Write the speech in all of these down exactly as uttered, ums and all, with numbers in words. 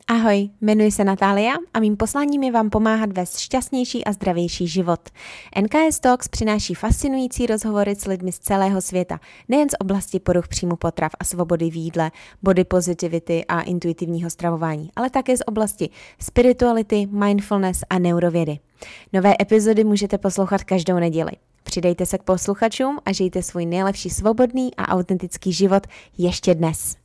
Ahoj, jmenuji se Natália a mým posláním je vám pomáhat vést šťastnější a zdravější život. N K S Talks přináší fascinující rozhovory s lidmi z celého světa, nejen z oblasti poruch příjmu potrav a svobody v jídle, body positivity a intuitivního stravování, ale také z oblasti spirituality, mindfulness a neurovědy. Nové epizody můžete poslouchat každou neděli. Přidejte se k posluchačům a žijte svůj nejlepší svobodný a autentický život ještě dnes.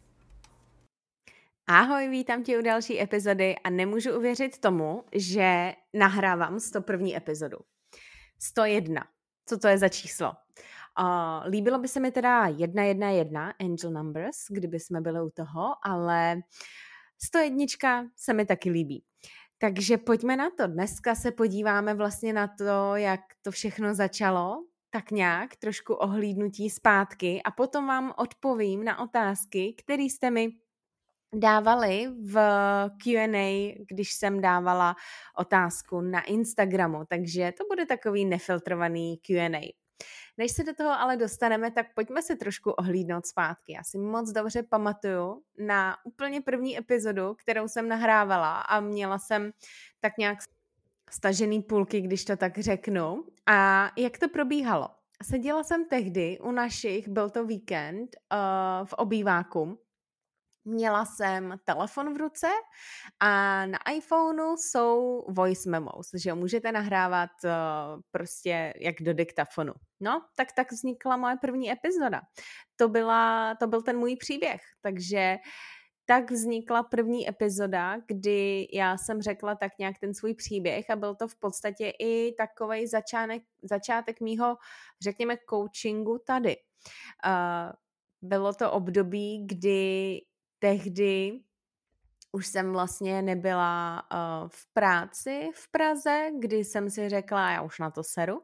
Ahoj, vítám tě u další epizody a nemůžu uvěřit tomu, že nahrávám sto první epizodu. sto jedna. Co to je za číslo? Uh, líbilo by se mi teda jedna jedna jedna, angel numbers, kdyby jsme byli u toho, ale sto jedna se mi taky líbí. Takže pojďme na to. Dneska se podíváme vlastně na to, jak to všechno začalo, tak nějak, trošku ohlídnutí zpátky a potom vám odpovím na otázky, které jste mi dávali v Q and A, když jsem dávala otázku na Instagramu, takže to bude takový nefiltrovaný Q and A. Než se do toho ale dostaneme, tak pojďme se trošku ohlídnout zpátky. Já si moc dobře pamatuju na úplně první epizodu, kterou jsem nahrávala a měla jsem tak nějak stažený půlky, když to tak řeknu. A jak to probíhalo? Seděla jsem tehdy u našich, byl to víkend, uh, v obýváku. Měla jsem telefon v ruce a na iPhoneu jsou voice memos, že můžete nahrávat uh, prostě jak do diktafonu. No, tak tak vznikla moje první epizoda. To, byla, to byl ten můj příběh, takže tak vznikla první epizoda, kdy já jsem řekla tak nějak ten svůj příběh a byl to v podstatě i takovej začátek, začátek mýho, řekněme, coachingu tady. Uh, bylo to období, kdy tehdy už jsem vlastně nebyla uh, v práci v Praze, kdy jsem si řekla, já už na to seru.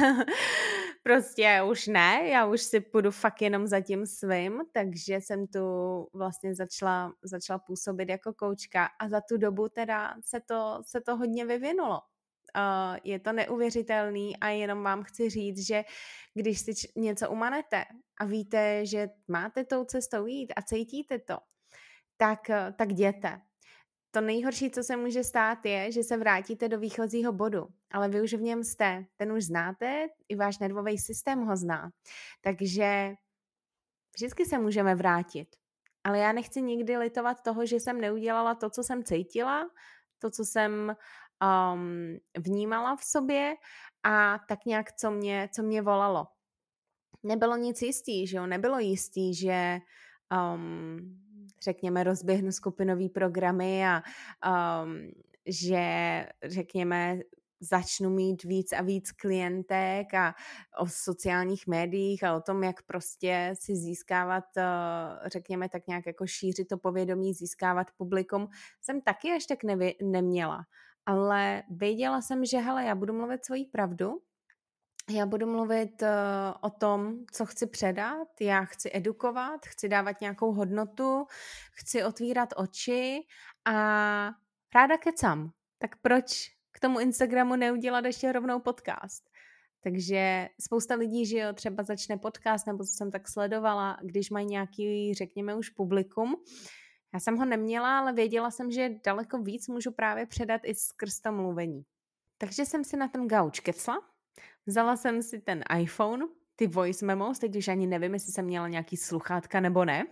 Prostě už ne, já už si půjdu fakt jenom za tím svým, takže jsem tu vlastně začala, začala působit jako koučka a za tu dobu teda se to, se to hodně vyvinulo. Uh, je to neuvěřitelný a jenom vám chci říct, že když si č- něco umanete a víte, že máte tou cestou jít a cítíte to, tak, tak jděte. To nejhorší, co se může stát, je, že se vrátíte do výchozího bodu, ale vy už v něm jste. Ten už znáte, i váš nervový systém ho zná. Takže vždycky se můžeme vrátit. Ale já nechci nikdy litovat toho, že jsem neudělala to, co jsem cítila, to, co jsem um, vnímala v sobě a tak nějak, co mě, co mě volalo. Nebylo nic jistý, že jo? Nebylo jistý, že um, řekněme, rozběhnu skupinový programy a um, že, řekněme, začnu mít víc a víc klientek a o sociálních médiích a o tom, jak prostě si získávat, řekněme, tak nějak jako šířit to povědomí, získávat publikum, jsem taky až tak nevě- neměla. Ale věděla jsem, že hele, já budu mluvit svoji pravdu, já budu mluvit uh, o tom, co chci předat, já chci edukovat, chci dávat nějakou hodnotu, chci otvírat oči a ráda kecam. Tak proč k tomu Instagramu neudělat ještě rovnou podcast? Takže spousta lidí, že jo, třeba začne podcast, nebo co jsem tak sledovala, když mají nějaký, řekněme už publikum. Já jsem ho neměla, ale věděla jsem, že daleko víc můžu právě předat i skrz to mluvení. Takže jsem si na ten gauč kecla. Vzala jsem si ten iPhone, ty voice memos, teď už ani nevím, jestli jsem měla nějaký sluchátka nebo ne.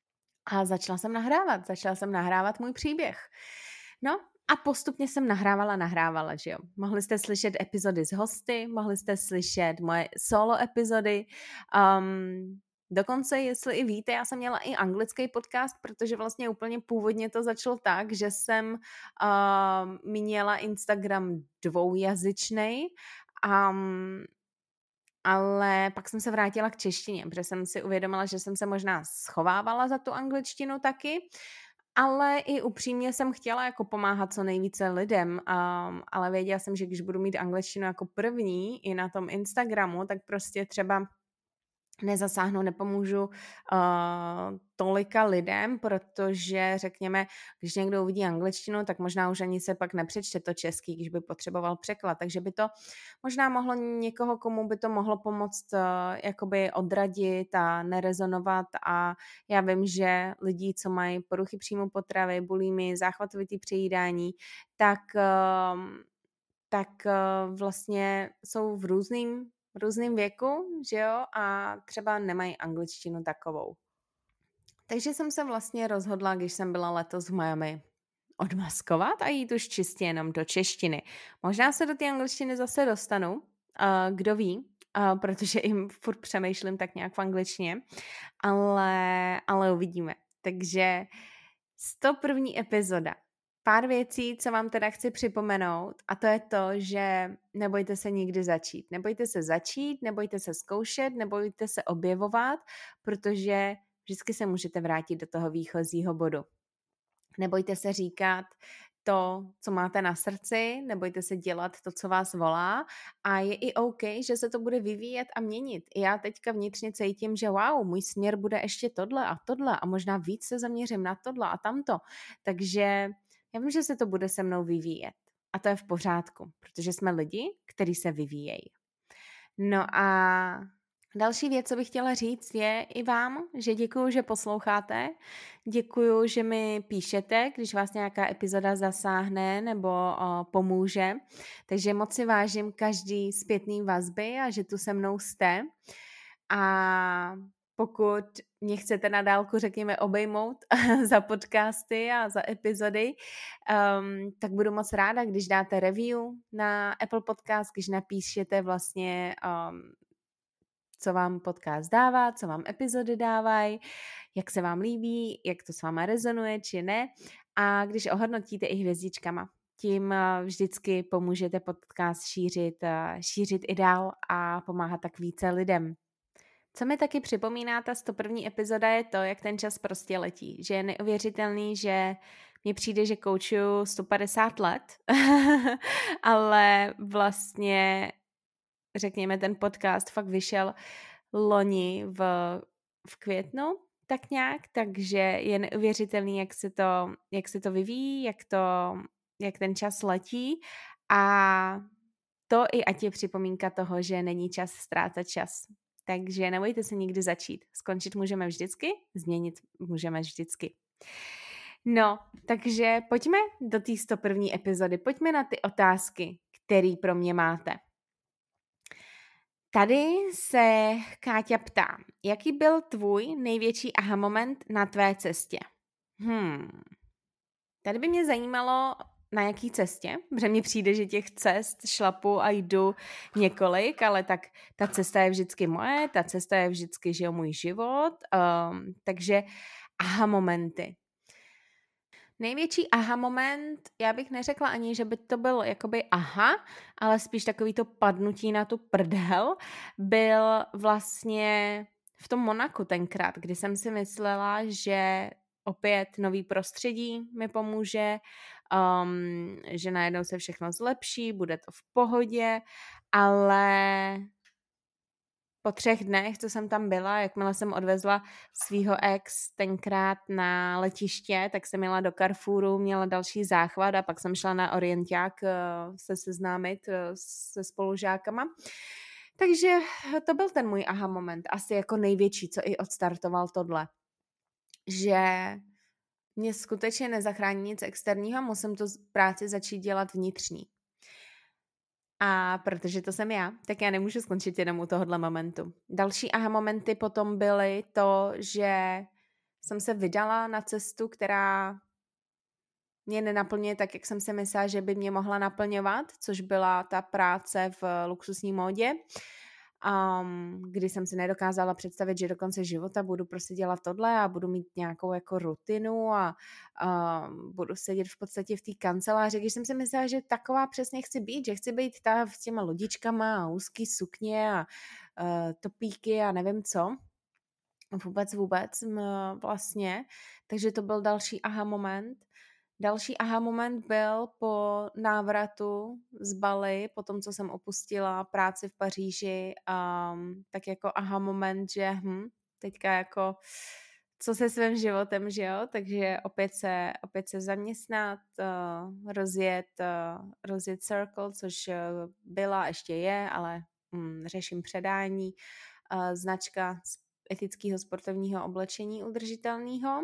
A začala jsem nahrávat, začala jsem nahrávat můj příběh. No a postupně jsem nahrávala, nahrávala, že jo. Mohli jste slyšet epizody s hosty, mohli jste slyšet moje solo epizody. Um, dokonce, jestli i víte, já jsem měla i anglický podcast, protože vlastně úplně původně to začalo tak, že jsem uh, měla Instagram dvoujazyčnej. Um, ale pak jsem se vrátila k češtině, protože jsem si uvědomila, že jsem se možná schovávala za tu angličtinu taky, ale i upřímně jsem chtěla jako pomáhat co nejvíce lidem, um, ale věděla jsem, že když budu mít angličtinu jako první i na tom Instagramu, tak prostě třeba nezasáhnu, nepomůžu uh, tolika lidem, protože řekněme, když někdo uvidí angličtinu, tak možná už ani se pak nepřečte to český, když by potřeboval překlad, takže by to možná mohlo někoho, komu by to mohlo pomoct uh, jakoby odradit a nerezonovat a já vím, že lidi, co mají poruchy příjmu potravy, bulimy, záchvatovitý přejídání, tak uh, tak uh, vlastně jsou v různým různým věku, že jo, a třeba nemají angličtinu takovou. Takže jsem se vlastně rozhodla, když jsem byla letos v Miami, odmaskovat a jít už čistě jenom do češtiny. Možná se do té angličtiny zase dostanu, uh, kdo ví, uh, protože jim furt přemýšlím tak nějak v angličtině, ale, ale uvidíme. Takže sto první epizoda. Pár věcí, co vám teda chci připomenout, a to je to, že nebojte se nikdy začít. Nebojte se začít, nebojte se zkoušet, nebojte se objevovat, protože vždycky se můžete vrátit do toho výchozího bodu. Nebojte se říkat to, co máte na srdci, nebojte se dělat to, co vás volá a je i OK, že se to bude vyvíjet a měnit. I já teďka vnitřně cítím, že wow, můj směr bude ještě tohle a tohle a možná víc se zaměřím na tohle a tamto. Takže já vím, že se to bude se mnou vyvíjet a to je v pořádku, protože jsme lidi, kteří se vyvíjejí. No a další věc, co bych chtěla říct, je i vám, že děkuju, že posloucháte, děkuju, že mi píšete, když vás nějaká epizoda zasáhne nebo o, pomůže, takže moc si vážím každý zpětný vazby a že tu se mnou jste a pokud mě chcete na dálku, řekněme, obejmout za podcasty a za epizody, um, tak budu moc ráda, když dáte review na Apple Podcast, když napíšete vlastně, um, co vám podcast dává, co vám epizody dávají, jak se vám líbí, jak to s váma rezonuje, či ne. A když ohodnotíte i hvězdičkama, tím vždycky pomůžete podcast šířit, šířit i dál a pomáhat tak více lidem. Co mi taky připomíná ta sto první epizoda je to, jak ten čas prostě letí. Že je neuvěřitelný, že mně přijde, že koučuju sto padesát let, ale vlastně řekněme ten podcast fakt vyšel loni v, v květnu, tak nějak, takže je neuvěřitelný, jak se to, jak se to vyvíjí, jak, to, jak ten čas letí a to i ať je připomínka toho, že není čas ztrácet čas. Takže nebojte se nikdy začít. Skončit můžeme vždycky, změnit můžeme vždycky. No, takže pojďme do té sto první epizody. Pojďme na ty otázky, které pro mě máte. Tady se Káťa ptá, jaký byl tvůj největší aha moment na tvé cestě? Hmm. Tady by mě zajímalo, na jaký cestě, protože mi přijde, že těch cest šlapu a jdu několik, ale tak ta cesta je vždycky moje, ta cesta je vždycky, že jo, můj život, um, takže aha momenty. Největší aha moment, já bych neřekla ani, že by to byl jakoby aha, ale spíš takový to padnutí na tu prdel, byl vlastně v tom Monaku tenkrát, kdy jsem si myslela, že opět nový prostředí mi pomůže, um, že najednou se všechno zlepší, bude to v pohodě, ale po třech dnech, co jsem tam byla, jakmile jsem odvezla svýho ex tenkrát na letiště, tak jsem jela do Carrefouru, měla další záchvat a pak jsem šla na Orienták se seznámit se spolužákama. Takže to byl ten můj aha moment, asi jako největší, co i odstartoval tohle. Že mě skutečně nezachrání nic externího, musím tu práci začít dělat vnitřní. A protože to jsem já, tak já nemůžu skončit jenom u tohohle momentu. Další aha momenty potom byly to, že jsem se vydala na cestu, která mě nenaplňuje tak, jak jsem si myslela, že by mě mohla naplňovat, což byla ta práce v luxusní módě, um, kdy jsem si nedokázala představit, že do konce života budu prostě dělat tohle a budu mít nějakou jako rutinu a um, budu sedět v podstatě v té kanceláři, když jsem si myslela, že taková přesně chci být, že chci být ta s těma lodičkama a úzký sukně a uh, topíky a nevím co. Vůbec, vůbec vlastně. Takže to byl další aha moment. Další aha moment byl po návratu z Bali, po tom, co jsem opustila práci v Paříži, um, tak jako aha moment, že hm, teďka jako co se svým životem, že jo, takže opět se, opět se zaměstnat, uh, rozjet, uh, rozjet Circle, což uh, byla, ještě je, ale um, řeším předání, uh, značka z etického sportovního oblečení udržitelného.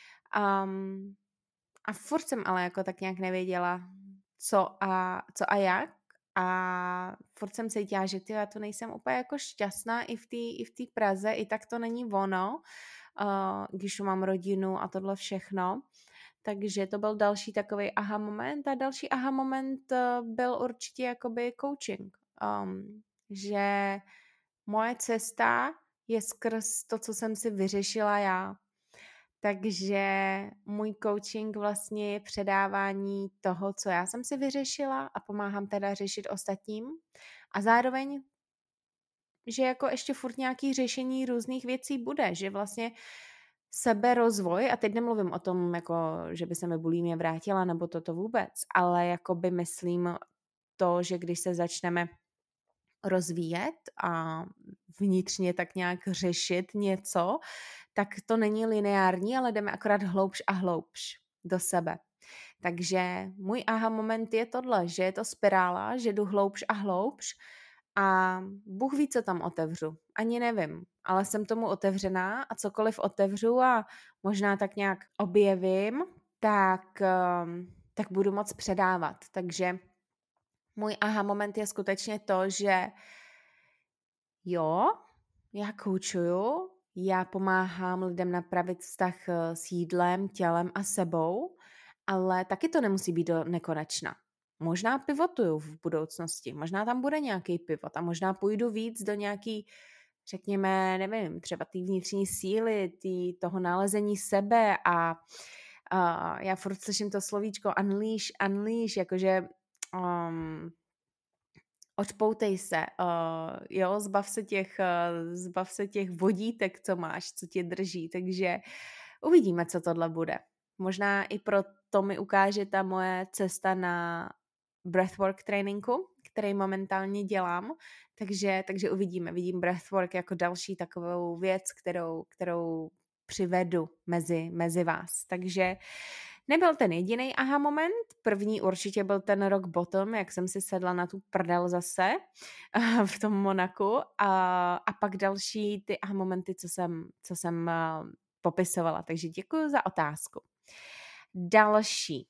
Um, a furt jsem ale jako tak nějak nevěděla, co a, co a jak. A furt jsem cítila, že ty, já to nejsem úplně jako šťastná i v té i v té Praze, i tak to není ono, uh, když tu mám rodinu a tohle všechno. Takže to byl další takový aha moment. A další aha moment uh, byl určitě jakoby coaching. Um, že moje cesta je skrz to, co jsem si vyřešila já. Takže můj coaching vlastně je předávání toho, co já jsem si vyřešila a pomáhám teda řešit ostatním. A zároveň, že jako ještě furt nějaký řešení různých věcí bude, že vlastně seberozvoj, a teď nemluvím o tom, jako, že by se mi bulimie vrátila, nebo toto vůbec, ale jako by myslím to, že když se začneme rozvíjet a vnitřně tak nějak řešit něco, tak to není lineární, ale jdeme akorát hloubš a hloubš do sebe. Takže můj aha moment je tohle, že je to spirála, že jdu hloubš a hloubš a Bůh ví, co tam otevřu. Ani nevím, ale jsem tomu otevřená a cokoliv otevřu a možná tak nějak objevím, tak, tak budu moc předávat. Takže můj aha moment je skutečně to, že jo, já koučuju, já pomáhám lidem napravit vztah s jídlem, tělem a sebou, ale taky to nemusí být do nekonečna. Možná pivotuju v budoucnosti, možná tam bude nějaký pivot a možná půjdu víc do nějaký, řekněme, nevím, třeba té vnitřní síly, tý, toho nalezení sebe a, a já furt slyším to slovíčko unleash, unleash, jakože um, odpoutej se, uh, jo, zbav se, těch, uh, zbav se těch vodítek, co máš, co tě drží, takže uvidíme, co tohle bude. Možná i proto mi ukáže ta moje cesta na breathwork tréninku, který momentálně dělám, takže, takže uvidíme. Vidím breathwork jako další takovou věc, kterou, kterou přivedu mezi, mezi vás. Takže nebyl ten jediný aha moment, první určitě byl ten rock bottom, jak jsem si sedla na tu prdel zase v tom Monaku a, a pak další ty aha momenty, co jsem, co jsem uh, popisovala. Takže děkuji za otázku. Další.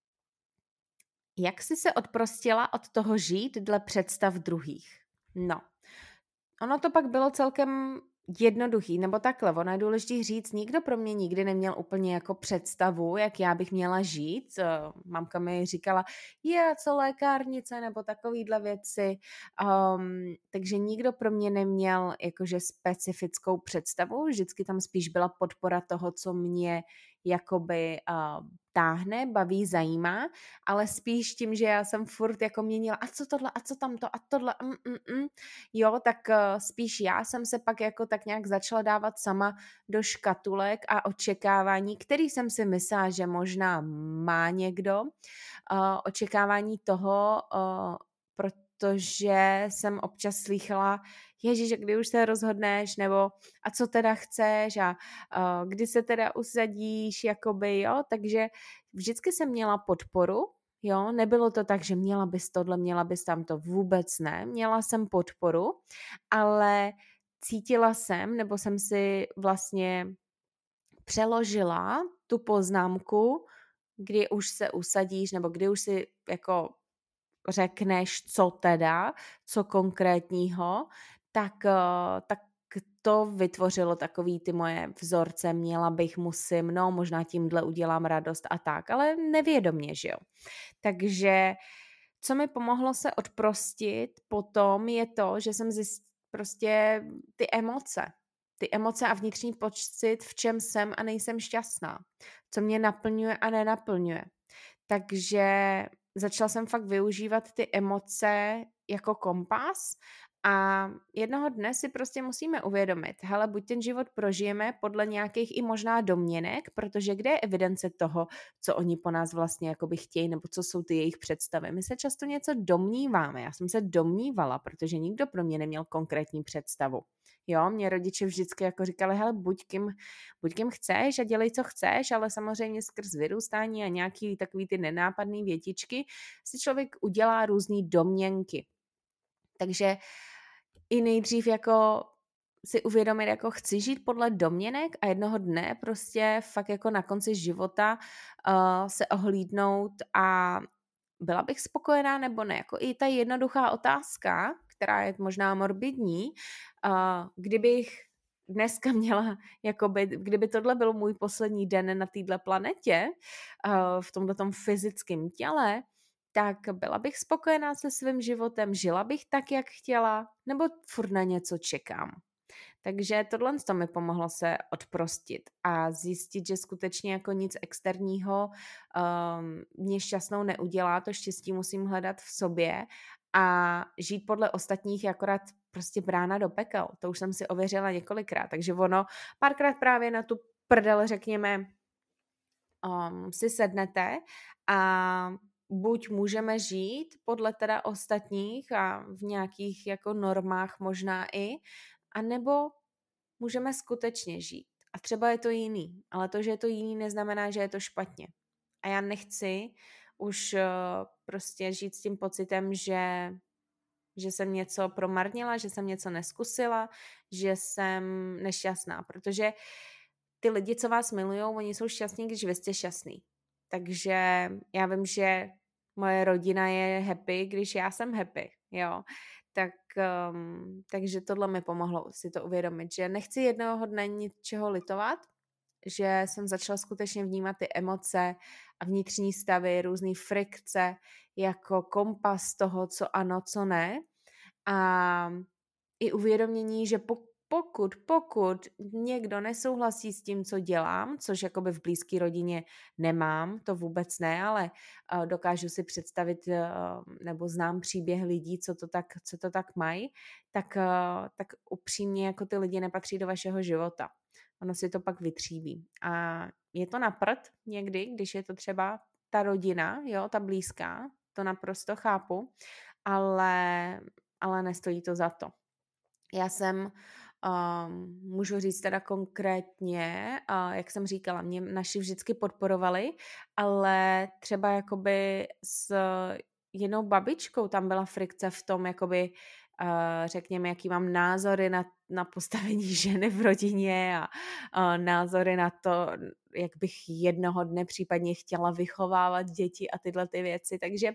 Jak jsi se odprostila od toho žít dle představ druhých? No, ono to pak bylo celkem jednoduchý, nebo takhle, ono je důležité říct, nikdo pro mě nikdy neměl úplně jako představu, jak já bych měla žít. Mamka mi říkala, je, co lékárnice, nebo takovýhle věci, um, takže nikdo pro mě neměl jakože specifickou představu, vždycky tam spíš byla podpora toho, co mě jakoby uh, táhne, baví, zajímá, ale spíš tím, že já jsem furt jako měnila a co tohle, a co tamto, a tohle, mm, mm, mm. jo, tak uh, spíš já jsem se pak jako tak nějak začala dávat sama do škatulek a očekávání, který jsem si myslela, že možná má někdo, uh, očekávání toho, uh, protože jsem občas slýchala, ježiš, kdy už se rozhodneš, nebo a co teda chceš a uh, kdy se teda usadíš, jakoby, jo, takže vždycky jsem měla podporu, jo, nebylo to tak, že měla bys tohle, měla bys tamto, vůbec ne, měla jsem podporu, ale cítila jsem, nebo jsem si vlastně přeložila tu poznámku, kdy už se usadíš, nebo kdy už si jako řekneš, co teda, co konkrétního, tak, tak to vytvořilo takový ty moje vzorce, měla bych, musím, no možná tímhle udělám radost a tak, ale nevědomě, že jo. Takže co mi pomohlo se odprostit potom je to, že jsem zjistila prostě ty emoce, ty emoce a vnitřní pocit, v čem jsem a nejsem šťastná, co mě naplňuje a nenaplňuje. Takže začala jsem fakt využívat ty emoce jako kompas A jednoho dne si prostě musíme uvědomit, hele, buď ten život prožijeme podle nějakých i možná domněnek, protože kde je evidence toho, co oni po nás vlastně jakoby chtějí, nebo co jsou ty jejich představy. My se často něco domníváme, já jsem se domnívala, protože nikdo pro mě neměl konkrétní představu. Jo, mě rodiče vždycky jako říkali, hele, buď kým, buď kým chceš a dělej, co chceš, ale samozřejmě skrz vyrůstání a nějaký takový ty nenápadný větičky si člověk udělá různý domněnky. Takže i nejdřív jako si uvědomit, jako chci žít podle domněnek a jednoho dne prostě fakt jako na konci života uh, se ohlídnout a byla bych spokojená nebo ne. Jako i ta jednoduchá otázka, která je možná morbidní, uh, kdybych dneska měla, jakoby, kdyby tohle byl můj poslední den na této planetě, uh, v tomhletom fyzickém těle, tak byla bych spokojená se svým životem, žila bych tak, jak chtěla, nebo furt na něco čekám. Takže tohle to mi pomohlo se odprostit a zjistit, že skutečně jako nic externího um, mě šťastnou neudělá, to štěstí musím hledat v sobě a žít podle ostatních je akorát prostě brána do pekel. To už jsem si ověřila několikrát, takže ono párkrát právě na tu prdel, řekněme, um, si sednete a buď můžeme žít podle teda ostatních a v nějakých jako normách možná i, anebo můžeme skutečně žít. A třeba je to jiný, ale to, že je to jiný, neznamená, že je to špatně. A já nechci už uh, prostě žít s tím pocitem, že, že jsem něco promarnila, že jsem něco neskusila, že jsem nešťastná, protože ty lidi, co vás milují, oni jsou šťastní, když vy jste šťastný. Takže já vím, že moje rodina je happy, když já jsem happy, jo. Tak, um, takže tohle mi pomohlo si to uvědomit, že nechci jednoho dne ničeho litovat, že jsem začala skutečně vnímat ty emoce a vnitřní stavy, různé frikce, jako kompas toho, co ano, co ne. A i uvědomění, že pokud, pokud někdo nesouhlasí s tím, co dělám, což jakoby v blízké rodině nemám, to vůbec ne, ale uh, dokážu si představit, uh, nebo znám příběh lidí, co to tak, co to tak mají, tak, uh, tak upřímně jako ty lidi nepatří do vašeho života. Ono si to pak vytříbí. A je to na prd někdy, když je to třeba ta rodina, jo, ta blízká, to naprosto chápu, ale, ale nestojí to za to. Já jsem, um, můžu říct teda konkrétně, uh, jak jsem říkala, mě naši vždycky podporovali, ale třeba jakoby s jednou babičkou tam byla frikce v tom, jakoby uh, řekněme, jaký mám názory na, na postavení ženy v rodině a uh, názory na to, jak bych jednoho dne případně chtěla vychovávat děti a tyhle ty věci, takže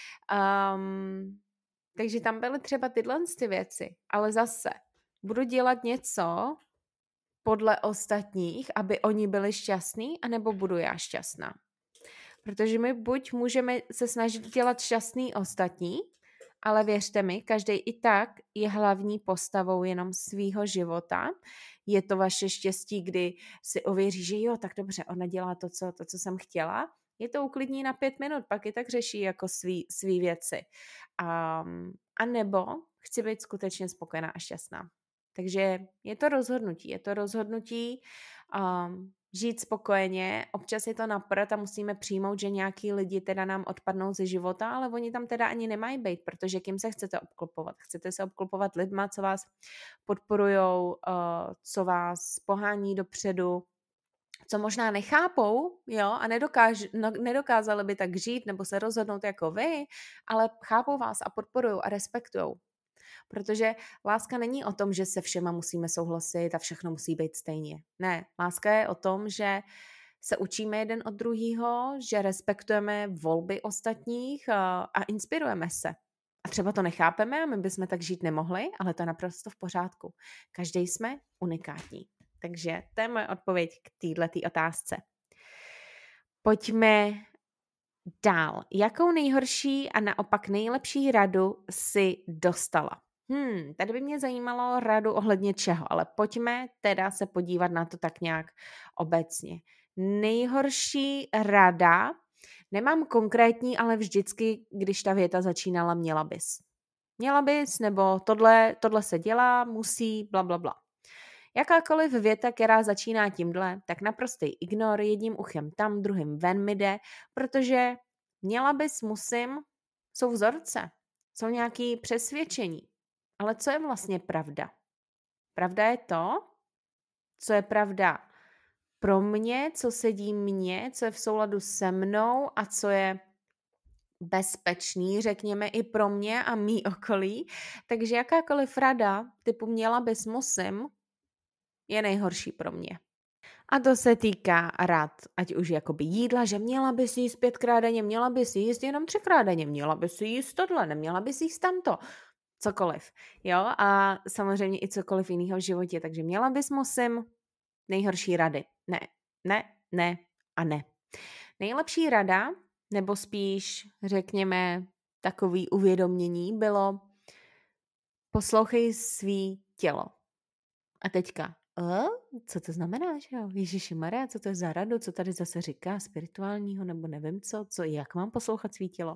um, takže tam byly třeba tyhle ty věci, ale zase budu dělat něco podle ostatních, aby oni byli šťastní, anebo budu já šťastná. Protože my buď můžeme se snažit dělat šťastný ostatní, ale věřte mi, každý i tak je hlavní postavou jenom svýho života. Je to vaše štěstí, kdy si ověří, že jo, tak dobře, ona dělá to, co, to, co jsem chtěla. Je to uklidní na pět minut, pak je tak řeší jako svý, svý věci. Um, a nebo chci být skutečně spokojená a šťastná. Takže je to rozhodnutí. Je to rozhodnutí um, žít spokojeně. Občas je to na prd a musíme přijmout, že nějaký lidi teda nám odpadnou ze života, ale oni tam teda ani nemají být, protože kým se chcete obklopovat? Chcete se obklopovat lidma, co vás podporujou, uh, co vás pohání dopředu, co možná nechápou, jo, a nedokáž, no, nedokázali by tak žít nebo se rozhodnout jako vy, ale chápou vás a podporují a respektují. Protože láska není o tom, že se všema musíme souhlasit a všechno musí být stejně. Ne, láska je o tom, že se učíme jeden od druhého, že respektujeme volby ostatních a, a inspirujeme se. A třeba to nechápeme a my bychom tak žít nemohli, ale to je naprosto v pořádku. Každý jsme unikátní. Takže to je moje odpověď k této otázce. Pojďme dál. Jakou nejhorší a naopak nejlepší radu si dostala? Hmm, tady by mě zajímalo radu ohledně čeho, ale pojďme teda se podívat na to tak nějak obecně. Nejhorší rada, nemám konkrétní, ale vždycky, když ta věta začínala, měla bys. Měla bys, nebo tohle, tohle se dělá, musí, bla, bla, bla. Jakákoliv věta, která začíná tímhle, tak naprostý ignor, jedním uchem tam, druhým ven mi jde, protože měla bys, musím, jsou vzorce, jsou nějaké přesvědčení. Ale co je vlastně pravda? Pravda je to, co je pravda pro mě, co sedí mně, co je v souladu se mnou a co je bezpečný, řekněme, i pro mě a mý okolí. Takže jakákoliv rada typu měla bys, musím, je nejhorší pro mě. A to se týká rad, ať už jakoby jídla, že měla by si jíst pětkrát denně, měla by si jíst jenom třikrát denně, měla by si jíst tohle, neměla by si jíst tamto, cokoliv, jo, a samozřejmě i cokoliv jiného v životě, takže měla bys, musím, nejhorší rady, ne, ne, ne a ne. Nejlepší rada, nebo spíš řekněme takový uvědomění bylo poslouchej svý tělo. A teďka, Uh, co to znamená, že jo? Ježišimarja, co to je za radu, co tady zase říká spirituálního, nebo nevím co, co, jak mám poslouchat svý tělo?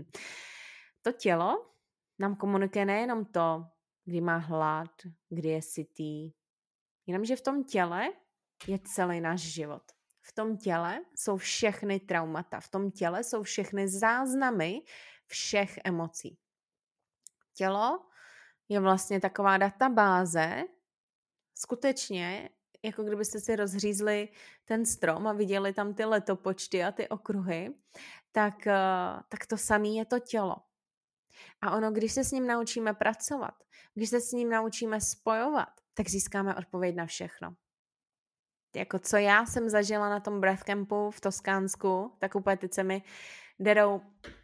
To tělo nám komunikuje nejenom to, kdy má hlad, kdy je sytý, jenomže v tom těle je celý náš život. V tom těle jsou všechny traumata, v tom těle jsou všechny záznamy všech emocí. Tělo je vlastně taková databáze, skutečně, jako kdybyste si rozřízli ten strom a viděli tam ty letopočty a ty okruhy, tak, tak to samé je to tělo. A ono, když se s ním naučíme pracovat, když se s ním naučíme spojovat, tak získáme odpověď na všechno. Jako co já jsem zažila na tom breath campu v Toskánsku, tak úplně teď se mi derou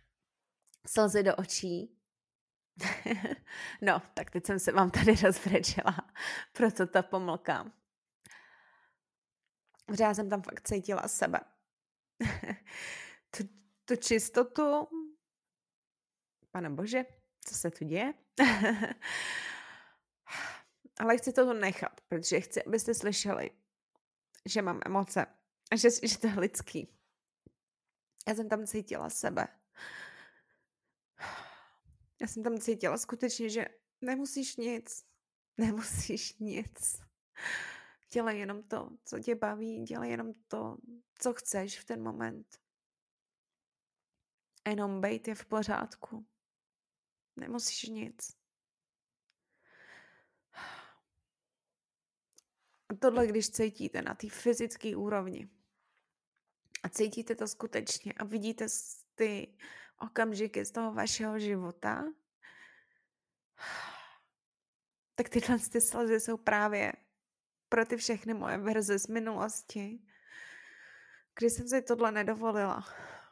slzy do očí. No, tak teď jsem se vám tady rozbrečela, proto ta pomlka. Protože já jsem tam fakt cítila sebe. tu, tu čistotu, Pane Bože, co se tu děje? Ale chci to tu nechat, protože chci, abyste slyšeli, že mám emoce a že, že to je lidský. Já jsem tam cítila sebe. Já jsem tam cítila skutečně, že nemusíš nic. Nemusíš nic. Dělej jenom to, co tě baví, dělej jenom to, co chceš v ten moment. A jenom bejt je v pořádku. Nemusíš nic. A tohle, když cítíte na té fyzické úrovni a cítíte to skutečně a vidíte ty okamžiky z toho vašeho života, tak tyhle ty slzy jsou právě pro ty všechny moje verze z minulosti, kdy jsem si tohle nedovolila.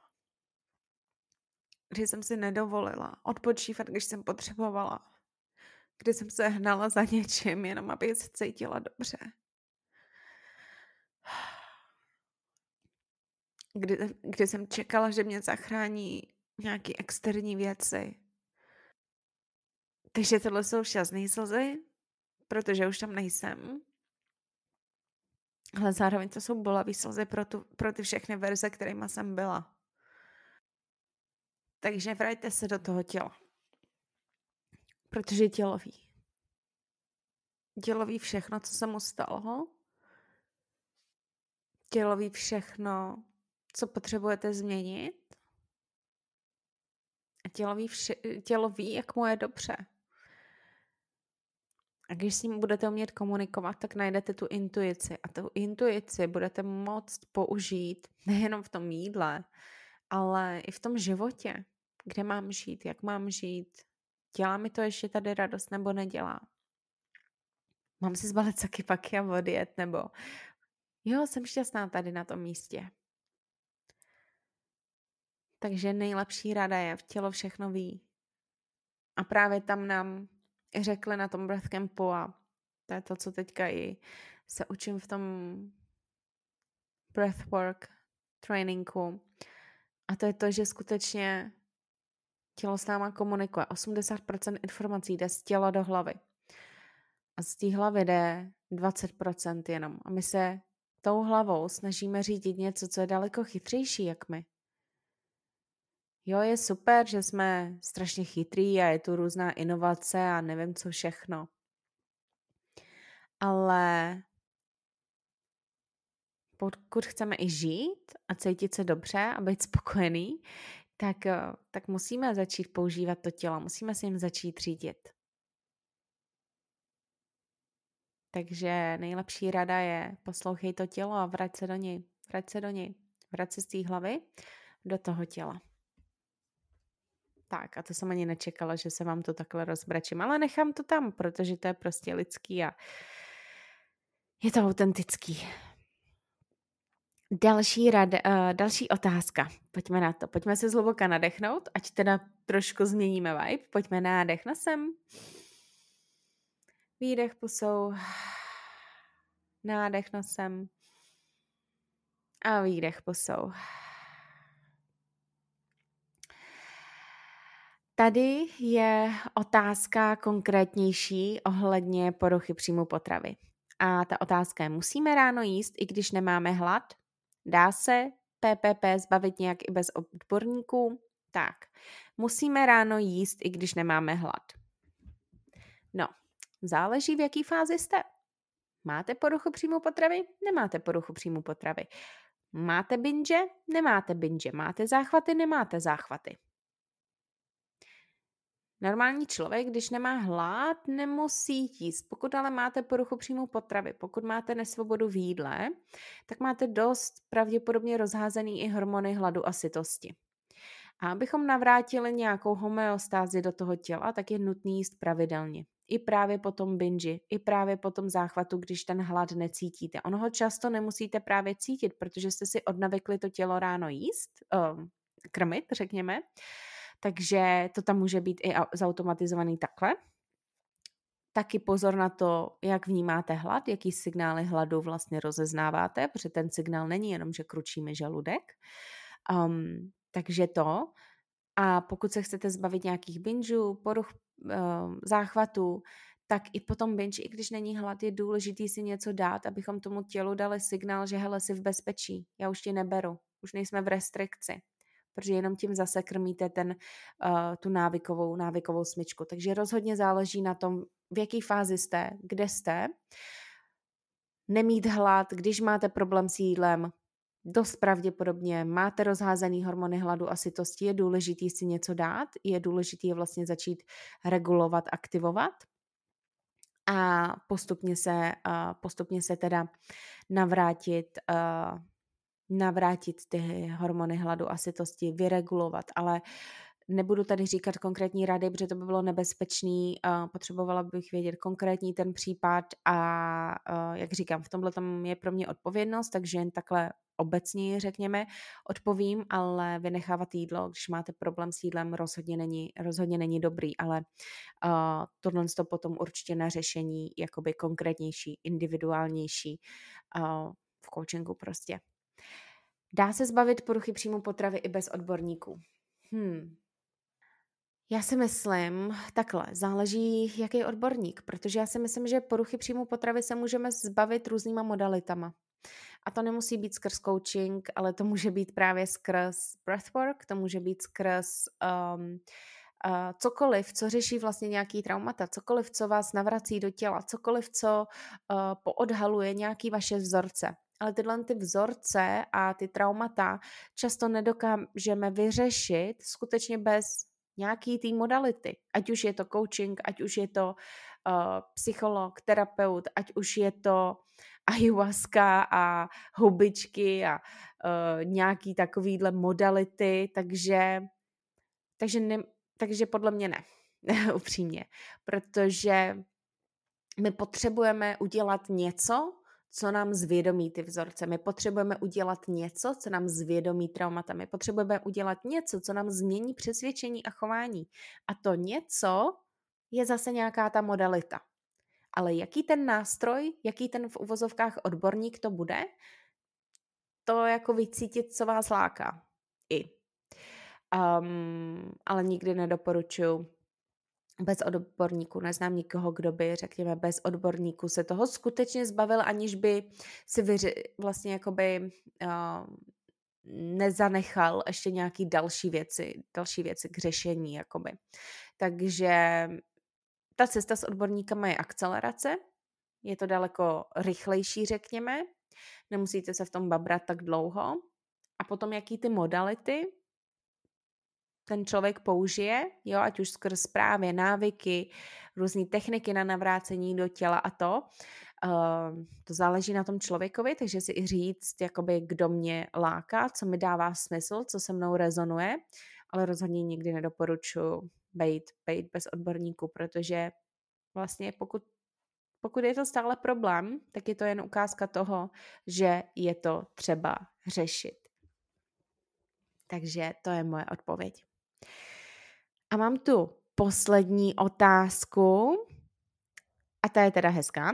Kdy jsem si nedovolila odpočívat, když jsem potřebovala. Kdy jsem se hnala za něčím, jenom aby se cítila dobře. Kdy, kdy jsem čekala, že mě zachrání nějaké externí věci. Takže tohle jsou šťastné slzy, protože už tam nejsem. Ale zároveň to jsou bolavé slzy pro, tu, pro ty všechny verze, kterýma jsem byla. Takže vraťte se do toho těla. Protože tělo ví. Tělo ví všechno, co se mu stalo. Tělo ví všechno, co potřebujete změnit. A tělo ví, vše, tělo ví, jak mu je dobře. A když s ním budete umět komunikovat, tak najdete tu intuici. A tu intuici budete moct použít nejenom v tom jídle, ale i v tom životě. Kde mám žít, jak mám žít. Dělá mi to ještě tady radost, nebo nedělá. Mám si zbalit saky paky a odjet, nebo jo, jsem šťastná tady na tom místě. Takže nejlepší rada je, v tělo všechno ví. A právě tam nám řekli na tom breath campu, a to je to, co teďka i se učím v tom breathwork tréninku. A to je to, že skutečně tělo s náma komunikuje. osmdesát procent informací jde z těla do hlavy. A z té hlavy jde dvacet procent jenom. A my se tou hlavou snažíme řídit něco, co je daleko chytřejší jak my. Jo, je super, že jsme strašně chytrý a je tu různá inovace a nevím co všechno. Ale pokud chceme i žít a cítit se dobře a být spokojený, tak, eh, tak musíme začít používat to tělo, musíme si jim začít řídit. Takže nejlepší rada je poslouchej to tělo a vrať se do něj. Vrať se do něj. Vrať se z té hlavy do toho těla. Tak a to jsem ani nečekala, že se vám to takhle rozbračím, ale nechám to tam, protože to je prostě lidský a je to autentický. Další, rad, uh, další otázka. Pojďme na to. Pojďme se zhluboka nadechnout, ať teda trošku změníme vibe. Pojďme nádech nosem. Výdech pusou. Nádech nosem. A výdech pusou. Tady je otázka konkrétnější ohledně poruchy příjmu potravy. A ta otázka je, musíme ráno jíst, i když nemáme hlad? Dá se P P P zbavit nějak i bez odborníků? Tak, musíme ráno jíst, i když nemáme hlad. No, záleží, v jaký fázi jste. Máte poruchu příjmu potravy? Nemáte poruchu příjmu potravy. Máte binge? Nemáte binge. Máte záchvaty? Nemáte záchvaty. Normální člověk, když nemá hlad, nemusí jíst. Pokud ale máte poruchu příjmu potravy, pokud máte nesvobodu v jídle, tak máte dost pravděpodobně rozházený i hormony hladu a sytosti. A abychom navrátili nějakou homeostázi do toho těla, tak je nutný jíst pravidelně. I právě po tom binge, i právě po tom záchvatu, když ten hlad necítíte. Ono ho často nemusíte právě cítit, protože jste si odnavykli to tělo ráno jíst, uh, krmit, řekněme. Takže to tam může být i zautomatizovaný takhle. Taky pozor na to, jak vnímáte hlad, jaký signály hladu vlastně rozeznáváte, protože ten signál není jenom, že kručíme žaludek. Um, takže to. A pokud se chcete zbavit nějakých bingeů, poruch, um, záchvatů, tak i potom binge, i když není hlad, je důležitý si něco dát, abychom tomu tělu dali signál, že hele, jsi v bezpečí, já už tě neberu, už nejsme v restrikci. Protože jenom tím zase krmíte ten, uh, tu návykovou, návykovou smyčku. Takže rozhodně záleží na tom, v jaké fázi jste, kde jste. Nemít hlad, když máte problém s jídlem, dost pravděpodobně máte rozházený hormony hladu a sytosti, je důležitý si něco dát, je důležitý je vlastně začít regulovat, aktivovat a postupně se, uh, postupně se teda navrátit uh, navrátit ty hormony hladu a sytosti, vyregulovat, ale nebudu tady říkat konkrétní rady, protože to by bylo nebezpečný, uh, potřebovala bych vědět konkrétní ten případ a uh, jak říkám, v tomhle tam je pro mě odpovědnost, takže jen takhle obecně řekněme, odpovím, ale vynechávat jídlo, když máte problém s jídlem, rozhodně není, rozhodně není dobrý, ale uh, tohle to potom určitě na řešení jakoby konkrétnější, individuálnější uh, v coachingu prostě. Dá se zbavit poruchy příjmu potravy i bez odborníků? Hmm. Já si myslím, takhle, záleží, jaký je odborník, protože já si myslím, že poruchy příjmu potravy se můžeme zbavit různýma modalitama. A to nemusí být skrz coaching, ale to může být právě skrz breathwork, to může být skrz um, uh, cokoliv, co řeší vlastně nějaký traumata, cokoliv, co vás navrací do těla, cokoliv, co uh, poodhaluje nějaký vaše vzorce. Ale tyhle ty vzorce a ty traumata často nedokážeme vyřešit skutečně bez nějaký té modality. Ať už je to coaching, ať už je to uh, psycholog, terapeut, ať už je to ayahuasca a houbičky a uh, nějaký takovýhle modality, takže, takže, ne, takže podle mě ne, upřímně, protože my potřebujeme udělat něco, co nám zvědomí ty vzorce. My potřebujeme udělat něco, co nám zvědomí traumata. My potřebujeme udělat něco, co nám změní přesvědčení a chování. A to něco je zase nějaká ta modalita. Ale jaký ten nástroj, jaký ten v uvozovkách odborník to bude, to jako vycítit, co vás láká. I. Um, ale nikdy nedoporučuji bez odborníků. Neznám nikoho, kdo by, řekněme, bez odborníků se toho skutečně zbavil, aniž by si vyři, vlastně jakoby uh, nezanechal ještě nějaký další věci, další věci k řešení, jakoby. Takže ta cesta s odborníkama je akcelerace, je to daleko rychlejší, řekněme, nemusíte se v tom babrat tak dlouho. A potom, jaký ty modality ten člověk použije, jo, ať už skrz právě návyky, různé techniky na navrácení do těla a to, uh, to záleží na tom člověkovi, takže si i říct, jakoby, kdo mě láká, co mi dává smysl, co se mnou rezonuje, ale rozhodně nikdy nedoporučuji bejt, bejt bez odborníků, protože vlastně pokud, pokud je to stále problém, tak je to jen ukázka toho, že je to třeba řešit. Takže to je moje odpověď. A mám tu poslední otázku a ta je teda hezká.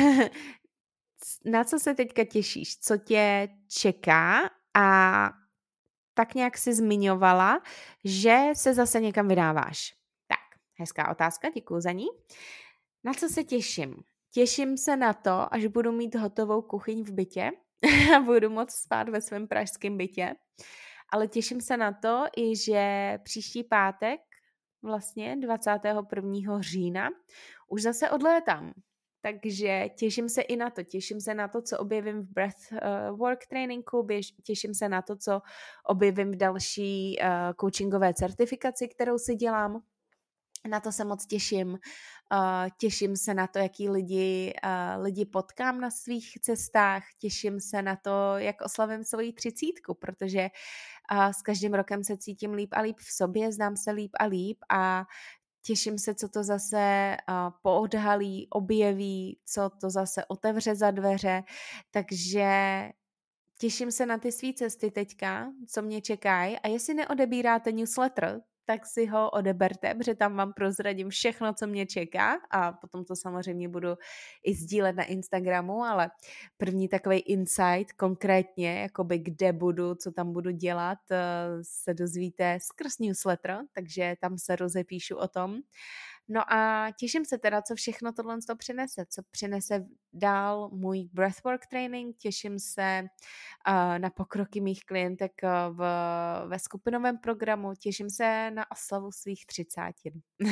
Na co se teďka těšíš? Co tě čeká? A tak nějak si zmiňovala, že se zase někam vydáváš. Tak, hezká otázka, děkuju za ní. Na co se těším? Těším se na to, až budu mít hotovou kuchyň v bytě a budu moct spát ve svém pražském bytě. Ale těším se na to i, že příští pátek, vlastně dvacátého prvního října, už zase odlétám. Takže těším se i na to. Těším se na to, co objevím v Breathwork tréninku, těším se na to, co objevím v další uh, coachingové certifikaci, kterou si dělám. Na to se moc těším. Uh, těším se na to, jaký lidi, uh, lidi potkám na svých cestách. Těším se na to, jak oslavím svoji třicítku, protože uh, s každým rokem se cítím líp a líp v sobě, znám se líp a líp a těším se, co to zase uh, poodhalí, objeví, co to zase otevře za dveře. Takže těším se na ty svý cesty teďka, co mě čekají. A jestli neodebíráte newsletter, tak si ho odeberte, protože tam vám prozradím všechno, co mě čeká a potom to samozřejmě budu i sdílet na Instagramu, ale první takový insight konkrétně, jakoby kde budu, co tam budu dělat, se dozvíte skrz newsletter, takže tam se rozepíšu o tom. No a těším se teda, co všechno tohle to přinese, co přinese dál můj breathwork training, těším se uh, na pokroky mých klientek v, ve skupinovém programu, těším se na oslavu svých třicátin.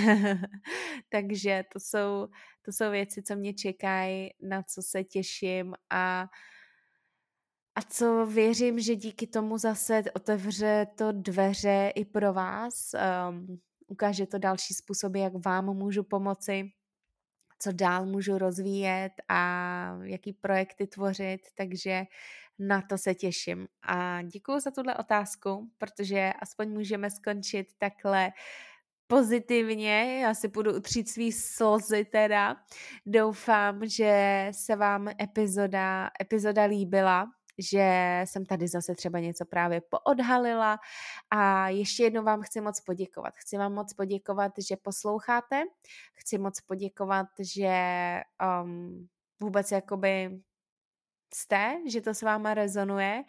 Takže to jsou, to jsou věci, co mě čekají, na co se těším a a co věřím, že díky tomu zase otevře to dveře i pro vás, um, ukáže to další způsoby, jak vám můžu pomoci, co dál můžu rozvíjet a jaký projekty tvořit, takže na to se těším. A děkuju za tuhle otázku, protože aspoň můžeme skončit takhle pozitivně, já si budu utřít svý slzy teda. Doufám, že se vám epizoda, epizoda líbila, že jsem tady zase třeba něco právě poodhalila a ještě jednou vám chci moc poděkovat. Chci vám moc poděkovat, že posloucháte, chci moc poděkovat, že um, vůbec jakoby jste, že to s váma rezonuje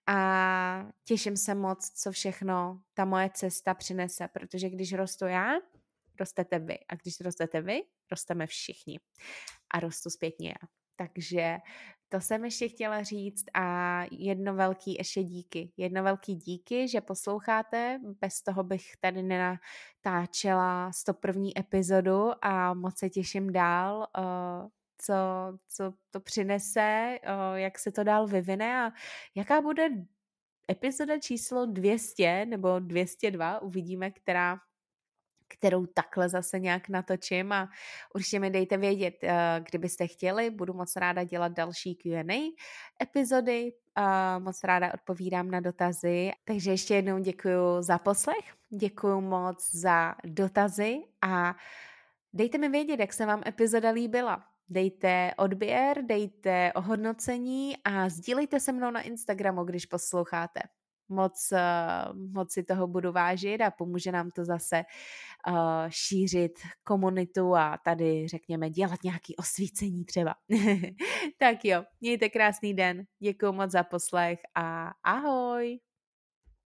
a těším se moc, co všechno ta moje cesta přinese, protože když rostu já, rostete vy a když rostete vy, rosteme všichni a rostu zpětně já. Takže to jsem ještě chtěla říct a jedno velký ještě díky. Jedno velký díky, že posloucháte, bez toho bych tady nenatáčela sto první epizodu a moc se těším dál, uh, co, co to přinese, uh, jak se to dál vyvine a jaká bude epizoda číslo dvě stě nebo dvě stě dva, uvidíme, která kterou takhle zase nějak natočím a určitě mi dejte vědět, kdybyste chtěli, budu moc ráda dělat další Q and A epizody, moc ráda odpovídám na dotazy, takže ještě jednou děkuju za poslech, děkuju moc za dotazy a dejte mi vědět, jak se vám epizoda líbila. Dejte odběr, dejte ohodnocení a sdílejte se mnou na Instagramu, když posloucháte. Moc, moc si toho budu vážit a pomůže nám to zase uh, šířit komunitu a tady, řekněme, dělat nějaké osvícení třeba. Tak jo, mějte krásný den, děkuju moc za poslech a ahoj!